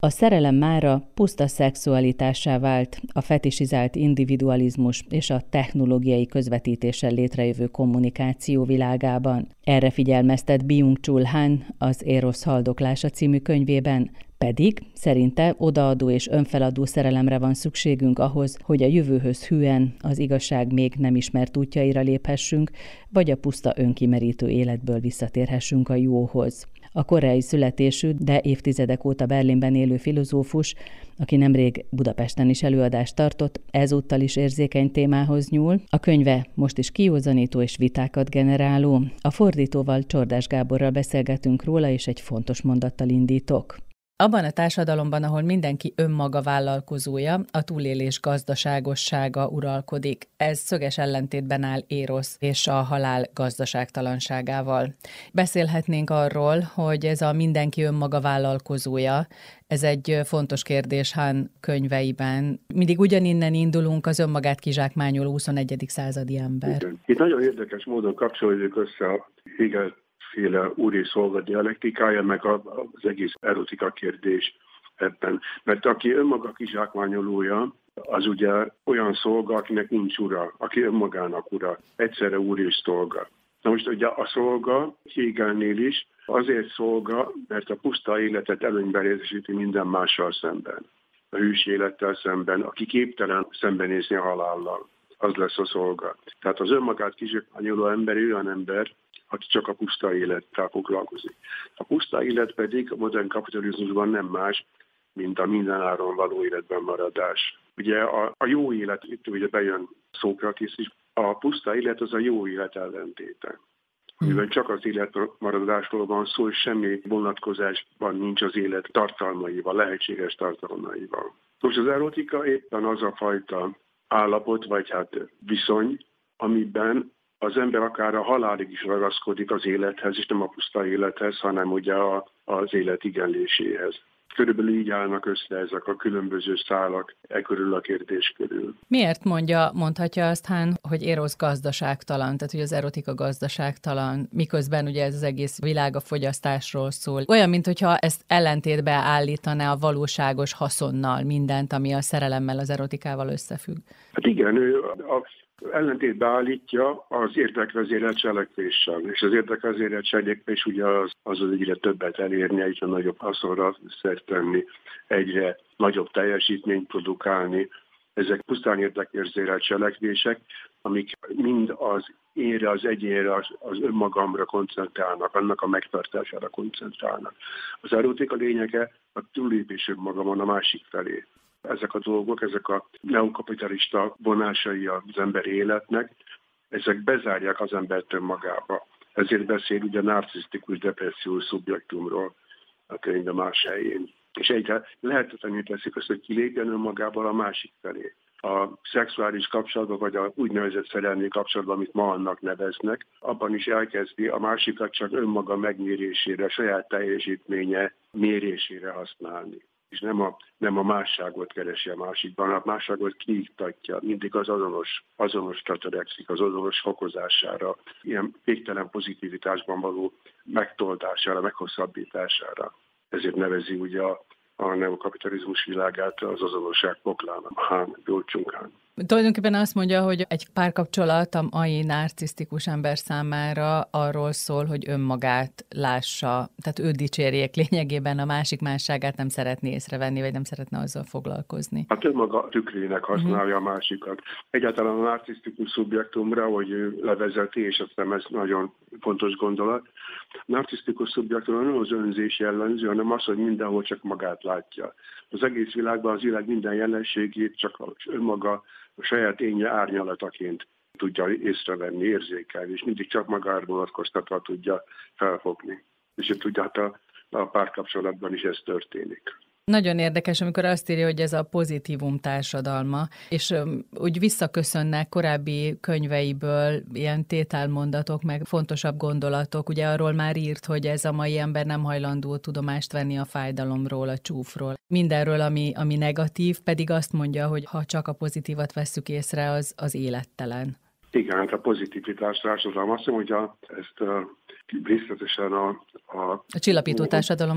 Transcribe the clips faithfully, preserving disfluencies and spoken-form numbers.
A szerelem mára puszta szexualitássá vált, a fetisizált individualizmus és a technológiai közvetítéssel létrejövő kommunikáció világában. Erre figyelmeztet Byung-Chul Han az Érosz haldoklása című könyvében, pedig szerinte odaadó és önfeladó szerelemre van szükségünk ahhoz, hogy a jövőhöz hűen, az igazság még nem ismert útjaira léphessünk, vagy a puszta önkimerítő életből visszatérhessünk a jóhoz. A koreai születésű, de évtizedek óta Berlinben élő filozófus, aki nemrég Budapesten is előadást tartott, ezúttal is érzékeny témához nyúl. A könyve most is kiózanító és vitákat generáló. A fordítóval, Csordás Gáborral beszélgetünk róla, és egy fontos mondattal indítok. Abban a társadalomban, ahol mindenki önmaga vállalkozója, a túlélés gazdaságossága uralkodik. Ez szöges ellentétben áll Érosz és a halál gazdaságtalanságával. Beszélhetnénk arról, hogy ez a mindenki önmaga vállalkozója, ez egy fontos kérdés Han könyveiben. Mindig ugyaninnen indulunk, az önmagát kizsákmányoló huszonegyedik századi ember. Igen. Itt nagyon érdekes módon kapcsolódik össze a Hegel féle úr és szolga dialektikája, meg az egész erotika kérdés ebben. Mert aki önmaga kizsákmányolója, az ugye olyan szolga, akinek nincs ura, aki önmagának ura, egyszerre úr és szolga. Na most ugye a szolga Hegelnél is azért szolga, mert a puszta életet előnyben részesíti minden mással szemben. A hűs élettel szemben, aki képtelen szembenézni a halállal, az lesz a szolga. Tehát az önmagát kizsákmányoló ember olyan ember, aki csak a puszta élettel foglalkozik. A puszta élet pedig a modern kapitalizmusban nem más, mint a mindenáron való életben maradás. Ugye a, a jó élet, itt ugye bejön Szókratész is, a puszta élet az a jó élet ellentéte. Mivel csak az életmaradásról van szó, és semmi vonatkozásban nincs az élet tartalmaival, lehetséges tartalmaival. Most az erotika éppen az a fajta állapot, vagy hát viszony, amiben az ember akár a halálig is ragaszkodik az élethez, és nem a puszta élethez, hanem ugye a, az élet igenléséhez. Körülbelül így állnak össze ezek a különböző szálak e körül a kérdés körül. Miért mondja, mondhatja azt Han, hogy Érosz gazdaságtalan, tehát hogy az erotika gazdaságtalan, miközben ugye ez az egész világ a fogyasztásról szól. Olyan, mintha ezt ellentétbe állítaná a valóságos haszonnal mindent, ami a szerelemmel, az erotikával összefügg. Hát igen, ő a ellentétbe állítja az érdekvezérelt cselekvéssel, és az érdekvezérelt cselekvés ugye az, az, az egyre többet elérni, egyre nagyobb haszonra szert tenni, egyre nagyobb teljesítményt produkálni. Ezek pusztán érdekvezérelt cselekvések, amik mind az énre, az egyénre, az, az önmagamra koncentrálnak, annak a megtartására koncentrálnak. Az erotika lényege a túllépés önmagamon a másik felé. Ezek a dolgok, ezek a neokapitalista vonásai az emberi életnek, ezek bezárják az embert önmagába. Ezért beszél ugye narcisztikus depressziós szubjektumról a könyve más helyén. És egyre lehetetlenül teszik azt, hogy kilépjen önmagából a másik felé. A szexuális kapcsolatban, vagy a úgynevezett szerelmi kapcsolatban, amit ma annak neveznek, abban is elkezdi a másikat csak önmaga megmérésére, saját teljesítménye mérésére használni. És nem a, nem a másságot keresi a másikban, a másságot kiiktatja, mindig az azonos, azonosra törekszik, az azonos fokozására, ilyen végtelen pozitivitásban való megtoldására, meghosszabbítására. Ezért nevezi ugye a, a neokapitalizmus világát az azonosság poklának, Han, Byung-Chul Han. Tulajdonképpen azt mondja, hogy egy párkapcsolat a mai narcisztikus ember számára arról szól, hogy önmagát lássa, tehát őt dicsérjék lényegében, a másik másságát nem szeretné észrevenni, vagy nem szeretne azzal foglalkozni. Hát önmaga tükrének használja uh-huh. a másikat. Egyáltalán a narcisztikus szubjektumra, hogy ő levezeti, és azt hiszem ez nagyon fontos gondolat. A narcisztikus szubjektumra nem az önzés jellemző, hanem az, hogy mindenhol csak magát látja. Az egész világban az világ minden jelenségét csak önmaga a saját énje árnyalataként tudja észrevenni, érzékelni, és mindig csak magára vonatkoztatva tudja felfogni. És tudja, hát a, a párkapcsolatban is ez történik. Nagyon érdekes, amikor azt írja, hogy ez a pozitívum társadalma, és um, úgy visszaköszönnek korábbi könyveiből ilyen tételmondatok, meg fontosabb gondolatok. Ugye arról már írt, hogy ez a mai ember nem hajlandó tudomást venni a fájdalomról, a csúfról. Mindenről, ami, ami negatív, pedig azt mondja, hogy ha csak a pozitívat vesszük észre, az, az élettelen. Igen, hát a pozitivitás társadalom. Azt mondom, hogy a, ezt uh, részletesen a... A, a csillapító társadalomban.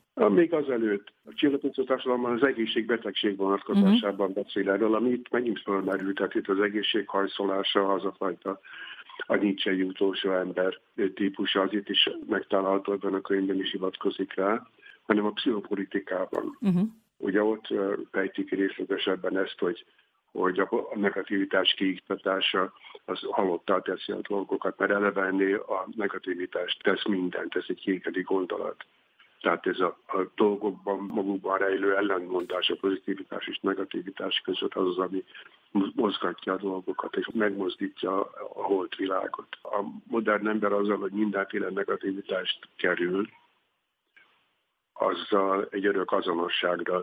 Még azelőtt a csillapító társadalomban az egészségbetegség vonatkozásában uh-huh. beszél erről, ami itt megint felmerült, tehát itt az egészség hajszolása, az a fajta a Nietzsche utolsó ember típusa, az itt is megtalálható, ebben a könyvben is hivatkozik rá, hanem a pszichopolitikában. Uh-huh. Ugye ott fejtik részletesebben ezt, hogy hogy a negativitás kiiktatása az halottá teszi a dolgokat, mert elevenné a negativitást tesz mindent, ez egy kékedi gondolat. Tehát ez a, a dolgokban magukban rejlő ellentmondás, a pozitivitás és negativitás között az az, ami mozgatja a dolgokat, és megmozdítja a holt világot. A modern ember azzal, hogy mindenféle negativitást kerül, azzal egy örök azonosságra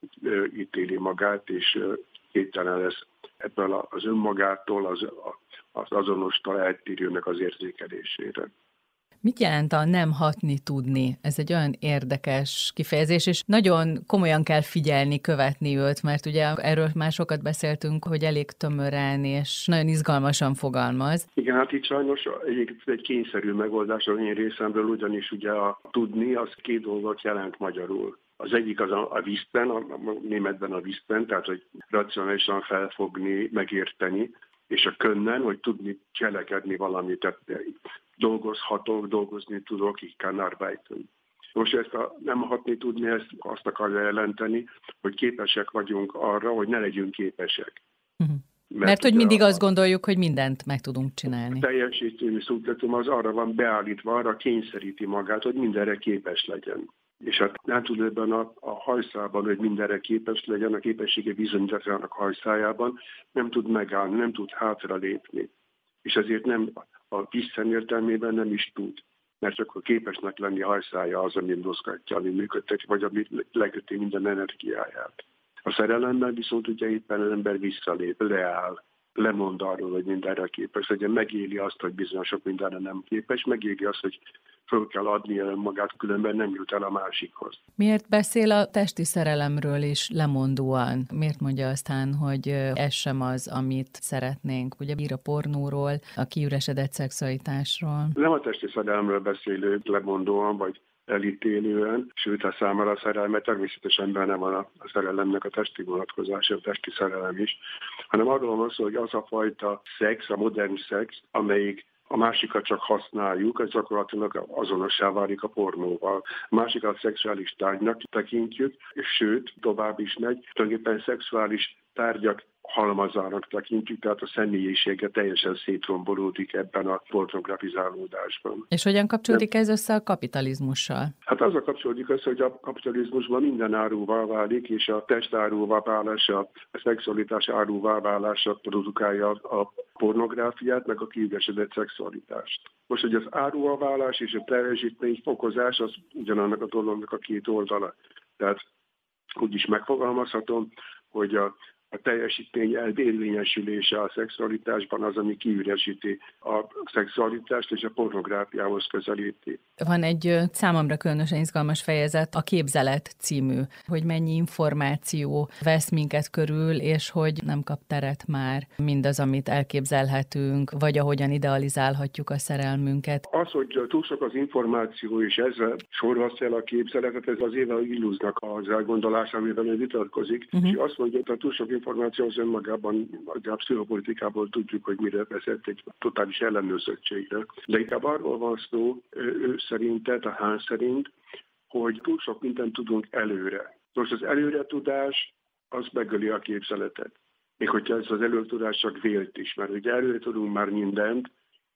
ítéli magát, és képtelen lesz ebből az önmagától, az, az azonostól eltérőnek az érzékelésére. Mit jelent a nem hatni tudni? Ez egy olyan érdekes kifejezés, és nagyon komolyan kell figyelni, követni őt, mert ugye erről már sokat beszéltünk, hogy elég tömören és nagyon izgalmasan fogalmaz. Igen, hát itt sajnos egy, egy kényszerű megoldás az én részemről, ugyanis ugye a tudni, az két dolgot jelent magyarul. Az egyik az a, a vízben, a, a németben a vízben, tehát hogy racionálisan felfogni, megérteni, és a können, hogy tudni cselekedni valamit, tehát dolgozhatok, dolgozni tudok, ich kann arbeiten. Most ezt a nem hatni tudni, ezt azt akarja jelenteni, hogy képesek vagyunk arra, hogy ne legyünk képesek. Uh-huh. Mert, Mert hogy mindig a, azt gondoljuk, hogy mindent meg tudunk csinálni. A teljesítői szubjektum az arra van beállítva, arra kényszeríti magát, hogy mindenre képes legyen. És hát nem tud ebben a, a hajszában, hogy mindenre képes legyen, a képessége bizonyításának hajszájában, nem tud megállni, nem tud hátra lépni. És ezért nem a visszen értelmében nem is tud. Mert csak a képesnek lenni hajszája az, ami mozgatja, ami működteti, vagy ami leköti minden energiáját. A szerelemben viszont ugye éppen az ember visszalép, leáll, lemond arról, hogy mindenre képes legyen, megéli azt, hogy bizonyos sok mindenre nem képes, megéli azt, hogy föl kell adnia magát, különben nem jut el a másikhoz. Miért beszél a testi szerelemről is lemondóan? Miért mondja aztán, hogy ez sem az, amit szeretnénk? Ugye ír a pornóról, a kiüresedett szexualitásról. Nem a testi szerelemről beszélő lemondóan, vagy elítélően, sőt a számára a szerelme természetesen benne van a szerelemnek a testi vonatkozása, a testi szerelem is, hanem arról van szó, hogy az a fajta szex, a modern szex, amelyik a másikat csak használjuk, ez gyakorlatilag azonossá válik a pornóval. A másikat szexuális tárgynak tekintjük, és sőt, tovább is megy, tulajdonképpen szexuális tárgyak halmazának tekintjük, tehát a személyisége teljesen szétrombolódik ebben a pornografizálódásban. És hogyan kapcsolódik ez össze a kapitalizmussal? Hát az a kapcsolódik össze, hogy a kapitalizmusban minden áruvá válik, és a test áruvá válása, a szexualitás áruvá válása produkálja a pornográfiát, meg a kiüresedett szexualitást. Most, hogy az áruvá válás és a teljesítmény fokozás, az ugyanannak a dolognak a két oldala. Tehát úgy is megfogalmazhatom, hogy a A teljesítmény elvérvényesülése a szexualitásban az, ami kiüresíti a szexualitást és a pornográfiához közelíti. Van egy számomra különösen izgalmas fejezet, a Képzelet című, hogy mennyi információ vesz minket körül, és hogy nem kap teret már mindaz, amit elképzelhetünk, vagy ahogyan idealizálhatjuk a szerelmünket. Az, hogy túl sok az információ, és ezzel sorvasztja el a képzeletet, ez az Eva Illuznak az elgondolás, amivel ő vitatkozik, uh-huh. és azt mondja, hogy a túl sok információ az önmagában, a pszichopolitikából tudjuk, hogy mire vezet, egy totális ellenőrzöttségre. De inkább arról van szó, ő szerint, tehát a Hahn szerint, hogy túl sok mindent tudunk előre. Most az előre tudás, az megöli a képzeletet. Még hogyha ez az előre tudás csak vélt is, mert ugye előre tudunk már mindent,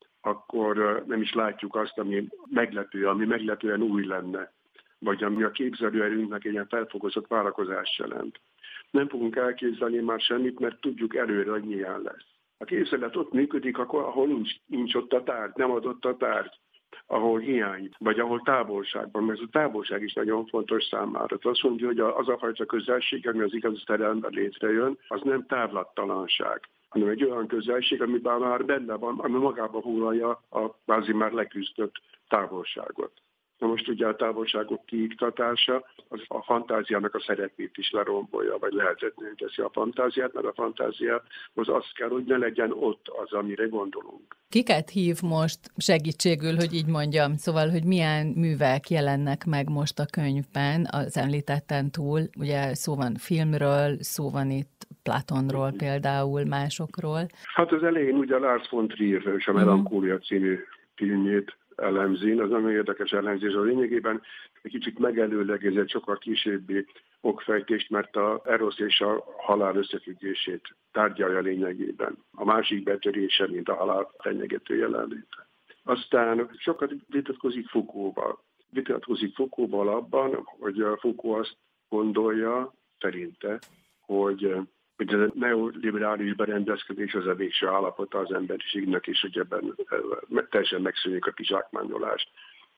akkor nem is látjuk azt, ami meglepő, ami meglepően új lenne, vagy ami a képzelőerőnknek egy ilyen felfogozott várakozást jelent. Nem fogunk elképzelni már semmit, mert tudjuk előre, hogy milyen lesz. A képzelet ott működik, akkor, ahol nincs, nincs ott a tárgy, nem adott a tárgy, ahol hiány, vagy ahol távolságban, mert a távolság is nagyon fontos számára. Tehát azt mondja, hogy az a fajta közelség, ami az igaz szerelemben létrejön, az nem távlattalanság, hanem egy olyan közelség, amiben már benne van, ami magába foglalja a kvázi már leküzdött távolságot. Na most ugye a távolságok kiiktatása az a fantáziának a szerepét is lerombolja, vagy lehetetlenül teszi a fantáziát, mert a fantázia az az kell, hogy ne legyen ott az, amire gondolunk. Kiket hív most segítségül, hogy így mondjam? Szóval, hogy milyen művek jelennek meg most a könyvben az említetten túl? Ugye szó van filmről, szó van itt Platonról például, másokról. Hát az elején ugye Lars von Trier és a Melankólia című filmjét elemzi, az nagyon érdekes elemzés. A lényegében egy kicsit megelőlegezett sokkal későbbi okfejtést, mert a Erosz és a halál összefüggését tárgyalja lényegében. A másik betörése, mint a halál fenyegető jelenléte. Aztán sokat vitatkozik Foucaultval. Vitatkozik Foucaultval abban, hogy Foucault azt gondolja, szerinte, hogy hogy ez a neoliberális berendezkedés az a végső állapota az emberiségnek, és hogy ebben teljesen megszűnik a kizsákmányolást.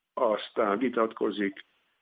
Aztán vitatkozik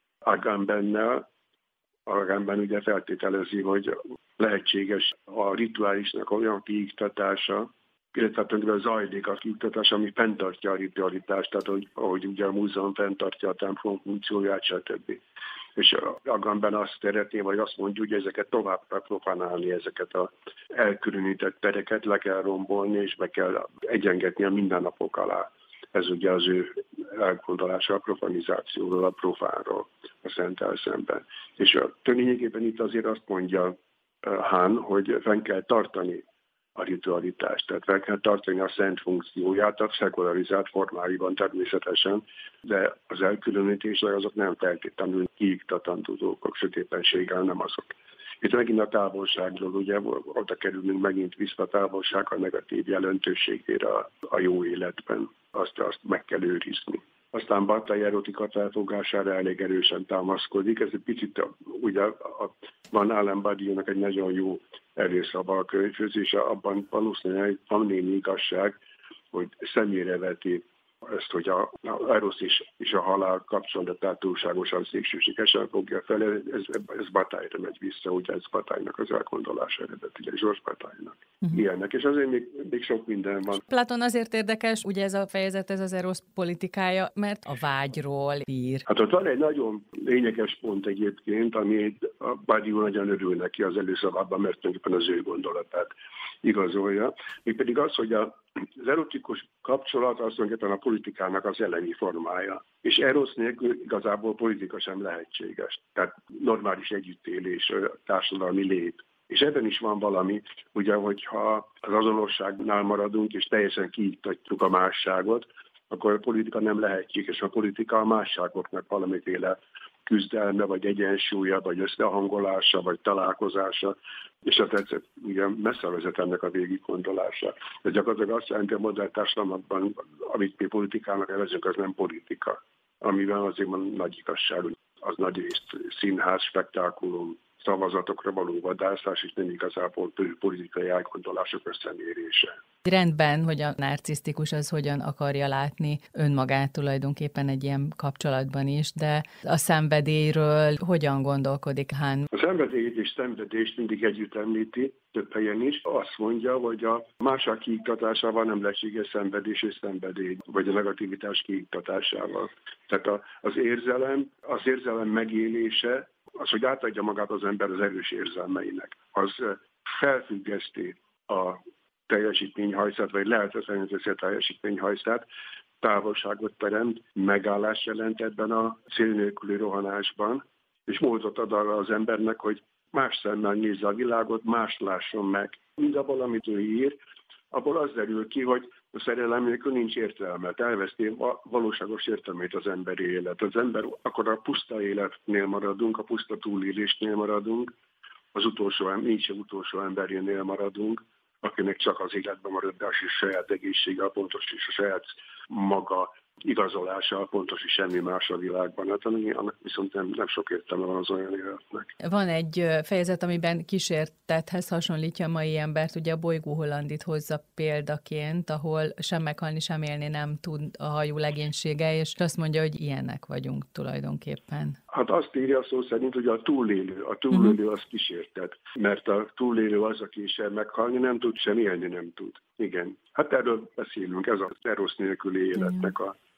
Agambennel. Agamben ugye feltételezi, hogy lehetséges a rituálisnak olyan kiiktatása, illetve zajlik a kiiktatás, ami fenntartja a ritualitást, tehát hogy, ahogy ugye a múzeum fenntartja a templom funkcióját, stb. És Agamben azt szeretné, vagy azt mondja, hogy ezeket tovább kell profanálni, ezeket az elkülönített tereket le kell rombolni, és be kell egyengetni a mindennapok alá. Ez ugye az ő elgondolása a profanizációról, a profánról, a Szenttel szemben. És lényegében itt azért azt mondja Hahn, hogy fenn kell tartani a ritualitást, tehát fel kell tartani a szent funkcióját, a szekularizált formáiban természetesen, de az elkülönítések azok nem feltétlenül kiiktatandó dolgok, sötétpenséggel nem azok. Itt megint a távolságról, ugye, oda kerülünk megint vissza a távolság a negatív jelentőségére a, a jó életben. Azt, azt meg kell őrizni. Aztán Bataille erotika felfogására elég erősen támaszkodik. Ez egy picit, ugye a, van Alain Badiou-nak egy nagyon jó előszava a könyvhöz, és abban valószínűleg van némi igazság, hogy személyre veti ezt, hogy a, a erosz és, és a halál kapcsolatát túlságosan szélsőségesen fogja fel, ez, ez Bataille-re megy vissza, ugye ez Bataille-nak az elgondolása eredetileg, Georges Bataille-nak. Uh-huh. Ilyenek, és azért még, még sok minden van. Platon azért érdekes, ugye ez a fejezet, ez az erosz politikája, mert a vágyról ír. Hát ott van egy nagyon lényeges pont egyébként, ami a Badiou nagyon örül neki az előszavában, mert tulajdonképpen az ő gondolatát igazolja. Még pedig az, hogy a az erotikus kapcsolat az tulajdonképpen a politikának az elemi formája. És erosz nélkül igazából politika sem lehetséges. Tehát normális együttélés, társadalmi lét. És ebben is van valami, ugye, hogyha az azonosságnál maradunk, és teljesen kiiktatjuk a másságot, akkor a politika nem lehetséges. A politika a másságoknak valamiféle küzdelme, vagy egyensúlya, vagy összehangolása, vagy találkozása, és a tetszett, ugye messze vezet ennek a végig gondolása. Ez gyakorlatilag azt jelenti, a modern társadalmakban, amit mi politikának nevezünk, az nem politika, amiben azért van nagy igazság, az nagy részt színház, spektákulum, szavazatokra való vadászás, és nem igazából politikai elgondolások összemérése. Rendben, hogy a narcisztikus az hogyan akarja látni önmagát tulajdonképpen egy ilyen kapcsolatban is, de a szenvedélyről hogyan gondolkodik Hahn? A szenvedélyt és szenvedést mindig együtt említi, több helyen is. Azt mondja, hogy a másság kiiktatásával nem lehetséges szenvedés és szenvedély, vagy a negativitás kiiktatásával. Tehát az érzelem, az érzelem megélése, az, hogy átadja magát az ember az erős érzelmeinek, az felfüggeszti a teljesítményhajszát, vagy lehetetlenül teszi a teljesítményhajszát, távolságot teremt, megállást jelent ebben a cél nélküli rohanásban, és módot ad arra az embernek, hogy más szemmel nézze a világot, mást lásson meg. Mindabból, amit ő ír, abból az derül ki, hogy a szerelem nélkül nincs értelme. Elveszti a valóságos értelmét az emberi élet. Az ember, akkor a puszta életnél maradunk, a puszta túlélésnél maradunk, az utolsó, nincs egy utolsó emberénél maradunk, akinek csak az életben maradás és saját egészsége a pontos, és a saját maga igazolása a pontos, és semmi más a világban. Hát annak viszont nem, nem sok értelme van az olyan életnek. Van egy fejezet, amiben kísértethez hasonlítja a mai embert, ugye a Bolygó Hollandit hozza példaként, ahol sem meghalni, sem élni nem tud a hajú legénysége, és azt mondja, hogy ilyenek vagyunk tulajdonképpen. Hát azt írja szó szerint, hogy a túlélő, a túlélő az kísértet, mert a túlélő az, aki sem meghalni nem tud, sem élni nem tud. Igen. Hát erről beszélünk, ez az erosz nélküli életnek a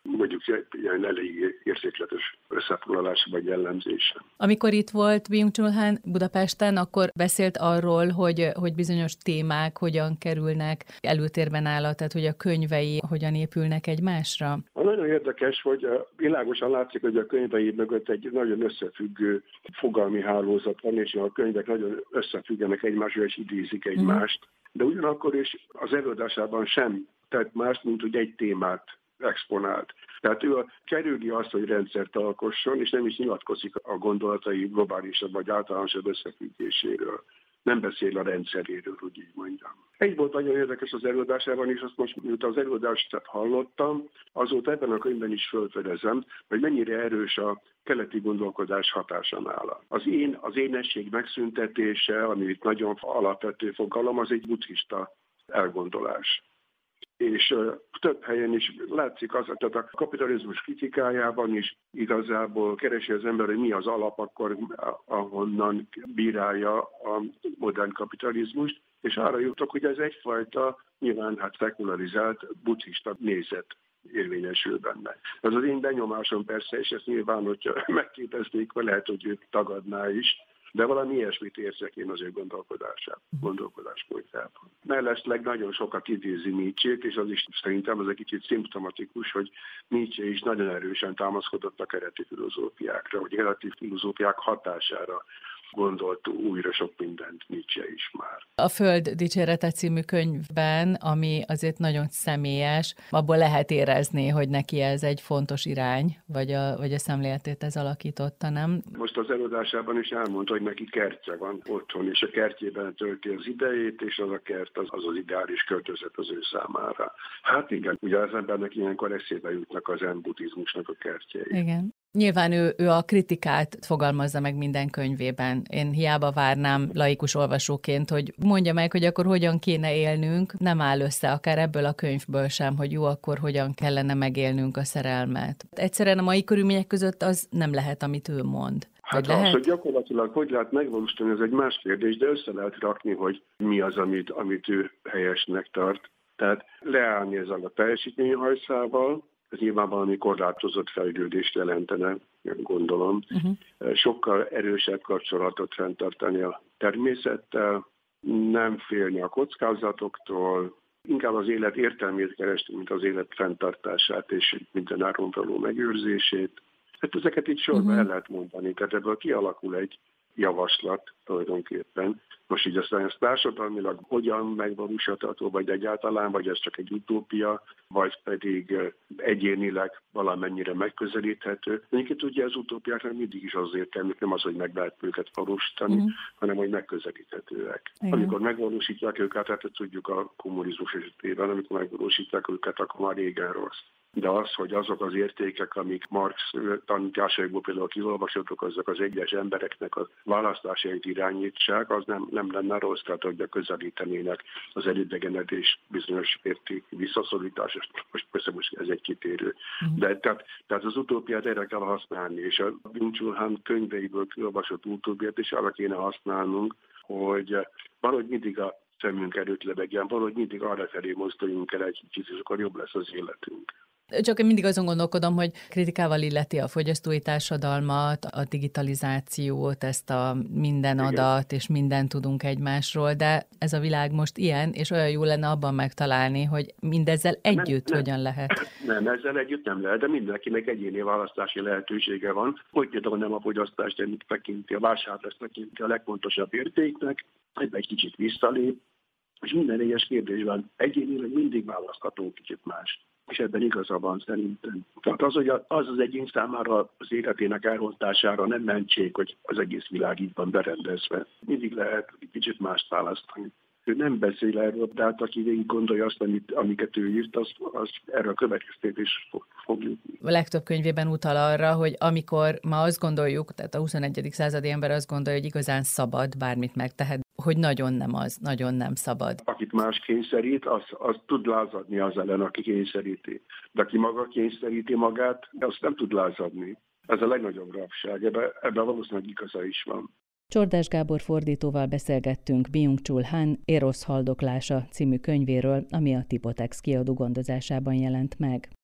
mondjuk ilyen elég érzékletes összefoglalása vagy jellemzése. Amikor itt volt Byung-Chul Han Budapesten, akkor beszélt arról, hogy, hogy bizonyos témák hogyan kerülnek előtérben áll, tehát hogy a könyvei hogyan épülnek egymásra? Nagyon érdekes, hogy világosan látszik, hogy a könyvei mögött egy nagyon összefüggő fogalmi hálózat van, és a könyvek nagyon összefüggenek egymással, és idézik egymást. Mm. De ugyanakkor is az előadásában sem tett más, mint hogy egy témát exponált. Tehát ő kerüli azt, hogy rendszert alkosson, és nem is nyilatkozik a gondolatai globálisabb vagy általánosabb összefüggéséről. Nem beszél a rendszeréről, hogy így mondjam. Egy volt nagyon érdekes az előadásában, és azt most, miután az előadást hallottam, azóta ebben a könyvben is felfedezem, hogy mennyire erős a keleti gondolkodás hatása nála. Az én, az énesség megszüntetése, ami itt nagyon alapvető fogalom, az egy buddhista elgondolás. És uh, több helyen is látszik az, tehát a kapitalizmus kritikájában is igazából keresi az ember, hogy mi az alap, akkor ahonnan bírálja a modern kapitalizmust, és arra jutok, hogy ez egyfajta nyilván hát szekularizált buddhista nézet érvényesül benne. Ez az én benyomásom persze, és ezt nyilván, hogyha megkérdezték, lehet, hogy ő tagadná is, de valami ilyesmit érzek én az ő gondolkodásában, gondolkodásmódjában. Mellesleg nagyon sokat idézi Nietzsét, és az is szerintem az egy kicsit szimptomatikus, hogy Nietzsche is nagyon erősen támaszkodott a keleti filozófiákra, hogy a keleti filozófiák hatására gondolt újra sok mindent Nietzsche is már. A Föld dicsérete című könyvben, ami azért nagyon személyes, abból lehet érezni, hogy neki ez egy fontos irány, vagy a, vagy a szemléletét ez alakította, nem? Most az előadásában is elmondta, hogy neki kertje van otthon, és a kertjében tölti az idejét, és az a kert az az, az ideális költözet az ő számára. Hát igen, ugye az embernek ilyenkor eszébe jutnak az zen buddhizmusnak a kertjei. Igen. Nyilván ő, ő a kritikát fogalmazza meg minden könyvében. Én hiába várnám laikus olvasóként, hogy mondja meg, hogy akkor hogyan kéne élnünk, nem áll össze akár ebből a könyvből sem, hogy jó, akkor hogyan kellene megélnünk a szerelmet. Egyszerűen a mai körülmények között az nem lehet, amit ő mond. Hát az, lehet? Hogy gyakorlatilag hogy lehet megvalósítani, ez egy más kérdés, de össze lehet rakni, hogy mi az, amit, amit ő helyesnek tart. Tehát leállni ezzel a teljesítményhajszával, ez nyilván valami korlátozott fejlődést jelentene, gondolom. Uh-huh. Sokkal erősebb kapcsolatot fenntartani a természettel, nem félni a kockázatoktól, inkább az élet értelmét keresni, mint az élet fenntartását és mindenáron való megőrzését. Hát ezeket itt sorban uh-huh. el lehet mondani, tehát ebből kialakul egy javaslat tulajdonképpen. Most így aztán ez társadalmilag hogyan megvalósítható, vagy egyáltalán, vagy ez csak egy utópia, vagy pedig egyénileg valamennyire megközelíthető. Egyébként ugye az utópiáknak mindig is az értelmük, nem az, hogy meg lehet őket valósítani, mm. hanem hogy megközelíthetőek. Igen. Amikor megvalósítják őket, hát tudjuk a kommunizmus esetében, amikor megvalósítják őket, akkor már régen rossz. De az, hogy azok az értékek, amik Marx tanításaiból például kiolvasottak, azok az egyes embereknek a választásait irányítsák, az nem, nem lenne rossz, tehát hogy közelítenének az elidegenedés bizonyos érték visszaszorítás. Most persze most ez egy kitérő. De tehát, tehát az utópiát erre kell használni, és a Byung-Chul Han könyveiből kiolvasott utópiát is arra kéne használnunk, hogy valahogy mindig a szemünk előtt lebegjen, valahogy mindig arra felé mozduljunk el egy kicsit, és akkor jobb lesz az életünk. Csak én mindig azon gondolkodom, hogy kritikával illeti a fogyasztói társadalmat, a digitalizációt, ezt a minden adat, és mindent tudunk egymásról, de ez a világ most ilyen, és olyan jó lenne abban megtalálni, hogy mindezzel együtt nem, hogyan nem. lehet. Nem, ezzel együtt nem lehet, de mindenkinek egyéni választási lehetősége van, hogy például nem a fogyasztást tekinti, a vásárlást tekinti a legfontosabb értéknek, ebben egy kicsit visszalép, és minden egyes kérdésben egyénileg mindig választható kicsit más. És ebben igaza van szerintem. Tehát az, hogy az az egyén számára az életének elrontására nem mentség, hogy az egész világ így van berendezve. Mindig lehet egy kicsit mást választani. Ő nem beszél erről, de hát aki végig gondolja azt, amit, amiket ő írt, az, az erre a következtetés fog jutni. A legtöbb könyvében utal arra, hogy amikor ma azt gondoljuk, tehát a huszonegyedik századi ember azt gondolja, hogy igazán szabad, bármit megtehet, hogy nagyon nem az, nagyon nem szabad. Akit más kényszerít, az, az tud lázadni az ellen, aki kényszeríti. De aki maga kényszeríti magát, azt nem tud lázadni. Ez a legnagyobb rabság, ebben ebbe valószínűleg igaza is van. Csordás Gábor fordítóval beszélgettünk Byung-Chul Han Erosz haldoklása című könyvéről, ami a Tipotex kiadó gondozásában jelent meg.